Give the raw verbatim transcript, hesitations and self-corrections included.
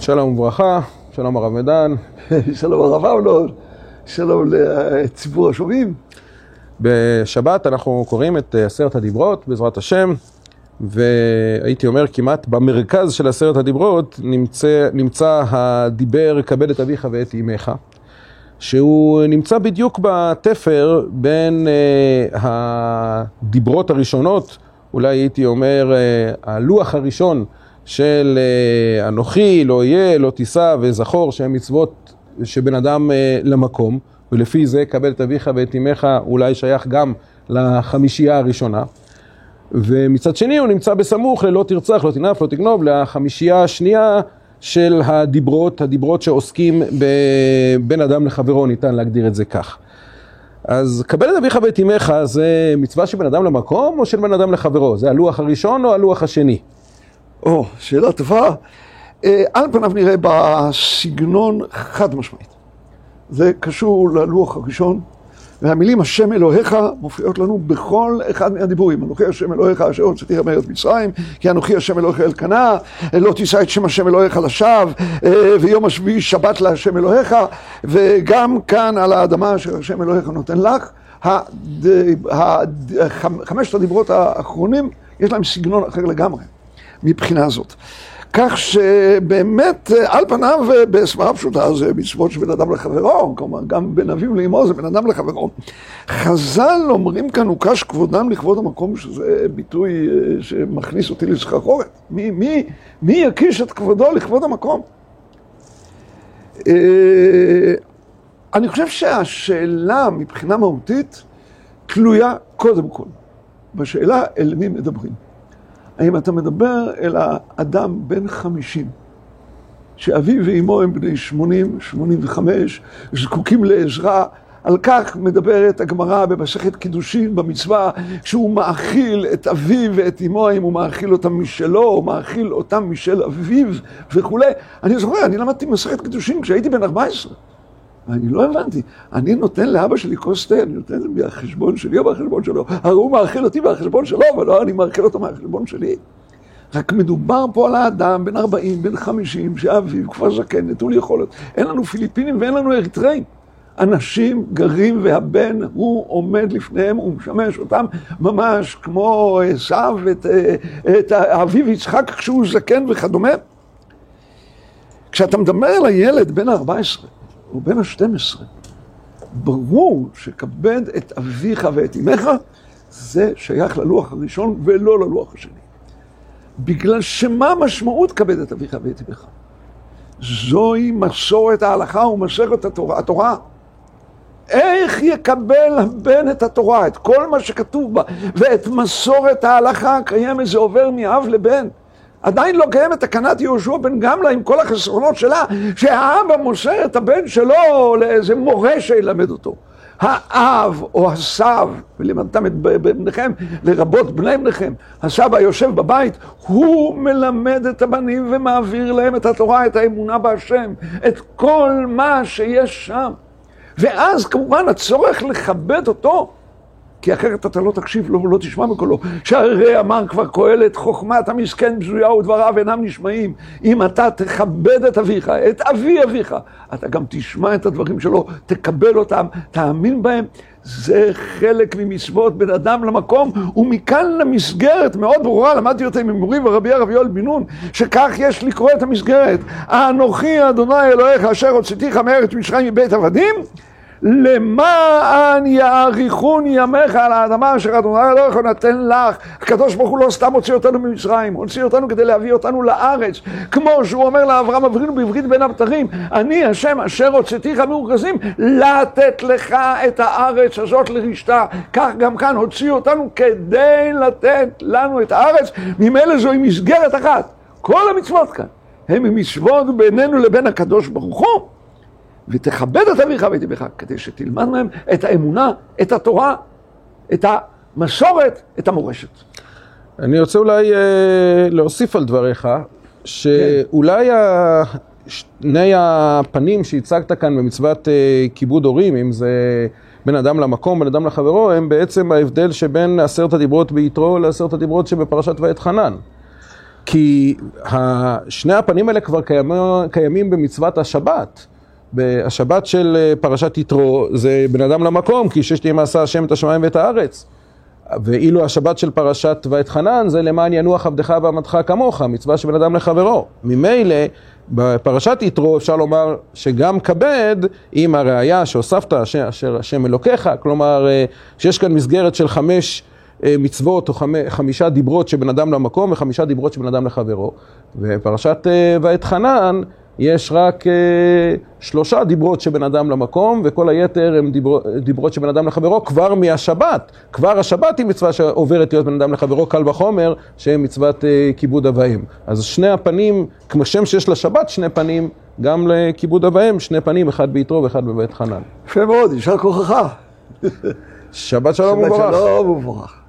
שלום וברכה, שלום הרב מדן. שלום הרב אמנון, שלום לציבור השומעים. בשבת אנחנו קוראים את עשרת הדיברות בעזרת השם, והייתי אומר כמעט במרכז של עשרת הדיברות נמצא, נמצא הדיבר כבד את אביך ואת אמך, שהוא נמצא בדיוק בתפר בין uh, הדיברות הראשונות, אולי הייתי אומר uh, הלוח הראשון של uh, אנוכי, לא יהיה, לא תישא וזכור, שהם מצוות שבן אדם uh, למקום, ולפי זה כבד את אביך ואת אמך אולי שייך גם לחמישייה הראשונה. ומצד שני הוא נמצא בסמוך ללא תרצח, לא תנאף, לא תגנוב, לחמישייה השנייה של הדיברות, הדיברות שעוסקים בין אדם לחברו, ניתן להגדיר את זה כך. אז כבד את אביך ואת אמך זה מצווה של בן אדם למקום או של בן אדם לחברו? זה הלוח הראשון או הלוח השני? או, שאלה טובה. על פניו נראה בסגנון חד משמעית. זה קשור ללוח הראשון, והמילים השם אלוהיך מופיעות לנו בכל אחד מהדיבורים. אנוכי השם אלוהיך אשר הוצאתיך מארץ מצרים, כי אנוכי השם אלוהיך אלקנה, לא תישא את שם השם אלוהיך לשווא, ויום השביעי שבת להשם אלוהיך, וגם כאן על האדמה אשר השם אלוהיך נותן לך. חמשת הדיברות האחרונים יש להם סגנון אחר לגמרי מבחינה הזאת. כך שבאמת על פניו בסברה פשוטה זה מצוות של בן אדם לחברו, כלומר גם בין אביו לאמו זה בן אדם לחברו. חז"ל אומרים כאן הוקש כבודם לכבוד המקום, שזה ביטוי שמכניס אותי לסחרחורת. מי, מי, מי יקיש את כבודו לכבוד המקום? אני חושב שהשאלה מבחינה מהותית תלויה קודם כל בשאלה אל מי מדברים. האם אתה מדבר אל האדם בן חמישים, שאביו ואמו הם בני שמונים, שמונים וחמש, זקוקים לעזרה, על כך מדברת הגמרא במסכת קידושין במצווה, שהוא מאכיל את אביו ואת אמו, אם הוא מאכיל אותם משלו, או מאכיל אותם משל אביו וכו'. אני זוכר, אני למדתי מסכת קידושין כשהייתי בן ארבע עשרה. ואני לא הבנתי, אני נותן לאבא שלי כוס תה, אני נותן מהחשבון שלי או מהחשבון שלו. הרי הוא מאכיל אותי מהחשבון שלו, ולא אני מאכיל אותו מהחשבון שלי. רק מדובר פה על האדם בן ארבעים, בן חמישים, שאביו כבר זקן, נטול יכולת. אין לנו פיליפינים ואין לנו אריתראים. אנשים גרים והבן הוא עומד לפניהם, הוא משמש אותם ממש כמו עשיו את, את אביו יצחק כשהוא זקן וכדומה. כשאתה מדבר על הילד בן ארבע עשרה, הוא בן ה-שתים עשרה, ברור שכבד את אביך ואת אמך, זה שייך ללוח הראשון ולא ללוח השני. בגלל שמה משמעות כבד את אביך ואת אמך? זוהי מסורת ההלכה ומסכת התורה. התורה. איך יקבל הבן את התורה, את כל מה שכתוב בה, ואת מסורת ההלכה קיימת, זה עובר מאב לבן. עדיין לא קיימת תקנת יהושע בן גמלא עם כל החסרונות שלה, שהאבא מוסר את הבן שלו לאיזה מורה שילמד אותו. האב או הסב, ולימדתם את בניכם, לרבות בני בניכם, הסבא יושב בבית, הוא מלמד את הבנים ומעביר להם את התורה, את האמונה בהשם, את כל מה שיש שם. ואז כמובן הצורך לכבד אותו, כי אחרת אתה לא תקשיב לו ולא תשמע בקולו. שהרי אמר כבר קהלת, חוכמת המסכן בזויה ודבריו אינם נשמעים. אם אתה תכבד את אביך, את אבי אביך, אתה גם תשמע את הדברים שלו, תקבל אותם, תאמין בהם. זה חלק ממצוות בין אדם למקום, ומכאן למסגרת מאוד ברורה, למדתי אותה עם מורי ורבי הרב יואל בן נון, שכך יש לקרוא את המסגרת. אנוכי אדוני אלוהיך אשר הוצאתיך מארץ מצרים מבית עבדים, למען יאריכון ימיך על האדמה אשר אדוני אלוהיך נתן לך. הקדוש ברוך הוא לא סתם הוציא אותנו ממצרים, הוציא אותנו כדי להביא אותנו לארץ, כמו שהוא אומר לאברהם אבינו בברית בין הבתרים, אני השם אשר הוצאתיך מאוחזים לתת לך את הארץ הזאת לרשתה. כך גם כאן הוציא אותנו כדי לתת לנו את הארץ. ממילא זוהי מסגרת אחת. כל המצוות כאן הם מצוות בינינו לבין הקדוש ברוך הוא, ותכבד את אביך ואת אמך, כדי שתלמד מהם את האמונה, את התורה, את המסורת, את המורשת. אני רוצה אולי אה, להוסיף על דבריך, שאולי כן. שני הפנים שהצגת כאן במצוות אה, כיבוד הורים, אם זה בין אדם למקום, בין אדם לחברו, הם בעצם ההבדל שבין עשרת הדיברות ביתרו לעשרת הדיברות שבפרשת ואת חנן. כי שני הפנים האלה כבר קיימים במצוות השבת. השבת של פרשת יתרו זה בן אדם למקום, כי ששת ימים עשה השם את השמיים ואת הארץ. ואילו השבת של פרשת ואתחנן זה למען ינוח עבדך ועמדך כמוך, מצווה של בן אדם לחברו. ממילא בפרשת יתרו אפשר לומר שגם כבד עם הראיה שהוספת אשר השם אלוקיך, כלומר שיש כאן מסגרת של חמש מצוות או חמישה דיברות שבן אדם למקום וחמישה דיברות שבן אדם לחברו. ופרשת ואתחנן יש רק שלושה דיברות שבן אדם למקום, וכל היתר הם דיברות, דיברות שבן אדם לחברו כבר מהשבת. כבר השבת היא מצווה שעוברת להיות בן אדם לחברו, קל וחומר, שהם מצוות כיבוד אב ואם. אז שני הפנים, כמו שם שיש לשבת, שני פנים, גם לכיבוד אב ואם, שני פנים, אחד ביתרו ואחד בבית חנן. יפה מאוד, יישר כוחך. שבת שלום וברך. שבת שלום וברך.